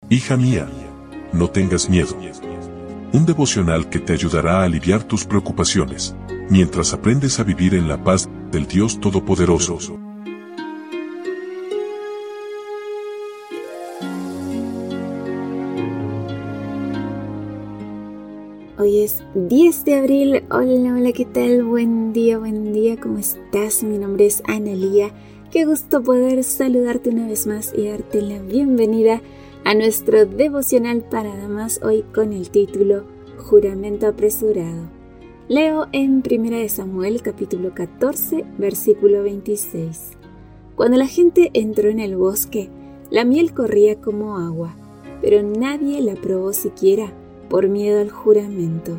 Hija mía, no tengas miedo. Un devocional que te ayudará a aliviar tus preocupaciones, mientras aprendes a vivir en la paz del Dios Todopoderoso. Hoy es 10 de abril. Hola, ¿qué tal? Buen día, ¿cómo estás? Mi nombre es Analía. Qué gusto poder saludarte una vez más y darte la bienvenida a nuestro devocional para damas, hoy con el título Juramento apresurado. Leo en 1 Samuel capítulo 14, versículo 26. Cuando la gente entró en el bosque, la miel corría como agua, pero nadie la probó siquiera por miedo al juramento.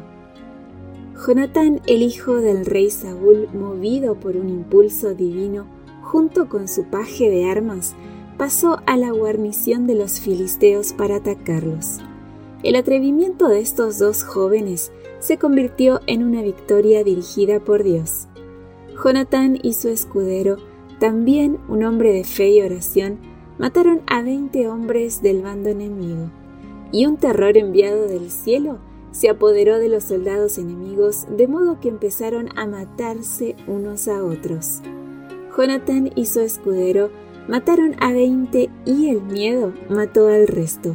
Jonatán, el hijo del rey Saúl, movido por un impulso divino, junto con su paje de armas, pasó a la guarnición de los filisteos para atacarlos. El atrevimiento de estos dos jóvenes se convirtió en una victoria dirigida por Dios. Jonatán y su escudero, también un hombre de fe y oración, mataron a 20 hombres del bando enemigo, y un terror enviado del cielo se apoderó de los soldados enemigos, de modo que empezaron a matarse unos a otros. Jonatán y su escudero mataron a 20 y el miedo mató al resto.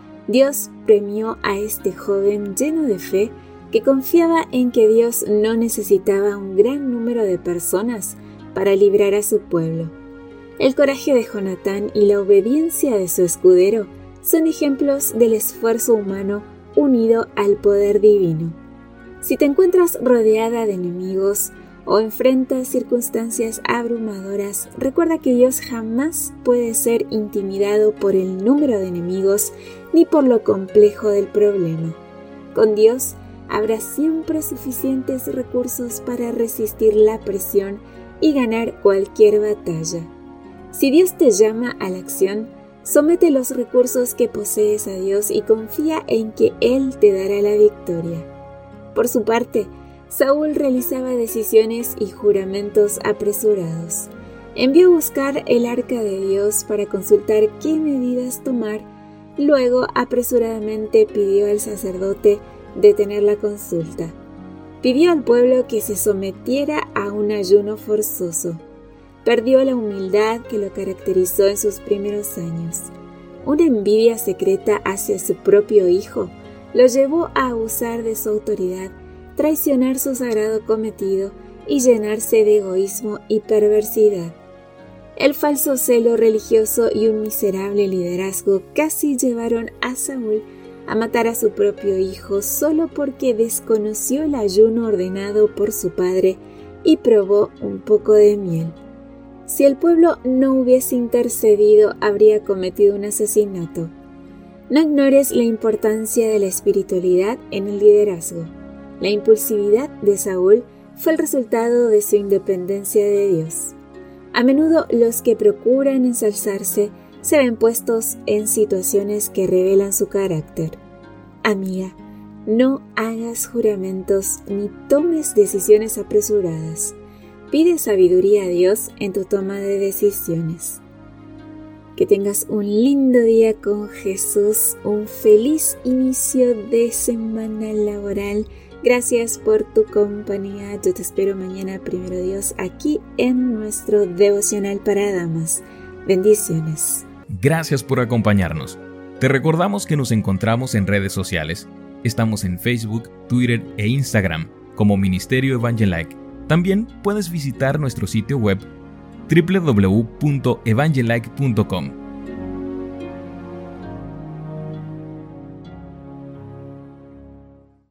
Dios premió a este joven lleno de fe que confiaba en que Dios no necesitaba un gran número de personas para librar a su pueblo. El coraje de Jonatán y la obediencia de su escudero son ejemplos del esfuerzo humano unido al poder divino. Si te encuentras rodeada de enemigos o enfrentas circunstancias abrumadoras, recuerda que Dios jamás puede ser intimidado por el número de enemigos ni por lo complejo del problema. Con Dios habrá siempre suficientes recursos para resistir la presión y ganar cualquier batalla. Si Dios te llama a la acción, somete los recursos que posees a Dios y confía en que Él te dará la victoria. Por su parte, Saúl realizaba decisiones y juramentos apresurados. Envió a buscar el arca de Dios para consultar qué medidas tomar. Luego, apresuradamente pidió al sacerdote detener la consulta. Pidió al pueblo que se sometiera a un ayuno forzoso. Perdió la humildad que lo caracterizó en sus primeros años. Una envidia secreta hacia su propio hijo lo llevó a abusar de su autoridad, traicionar su sagrado cometido y llenarse de egoísmo y perversidad. El falso celo religioso y un miserable liderazgo casi llevaron a Saúl a matar a su propio hijo solo porque desconoció el ayuno ordenado por su padre y probó un poco de miel. Si el pueblo no hubiese intercedido, habría cometido un asesinato. No ignores la importancia de la espiritualidad en el liderazgo. La impulsividad de Saúl fue el resultado de su independencia de Dios. A menudo los que procuran ensalzarse se ven puestos en situaciones que revelan su carácter. Amiga, no hagas juramentos ni tomes decisiones apresuradas. Pide sabiduría a Dios en tu toma de decisiones. Que tengas un lindo día con Jesús, un feliz inicio de semana laboral. Gracias por tu compañía. Yo te espero mañana, primero Dios, aquí en nuestro devocional para damas. Bendiciones. Gracias por acompañarnos. Te recordamos que nos encontramos en redes sociales. Estamos en Facebook, Twitter e Instagram como Ministerio Evangelike. También puedes visitar nuestro sitio web www.evangelike.com.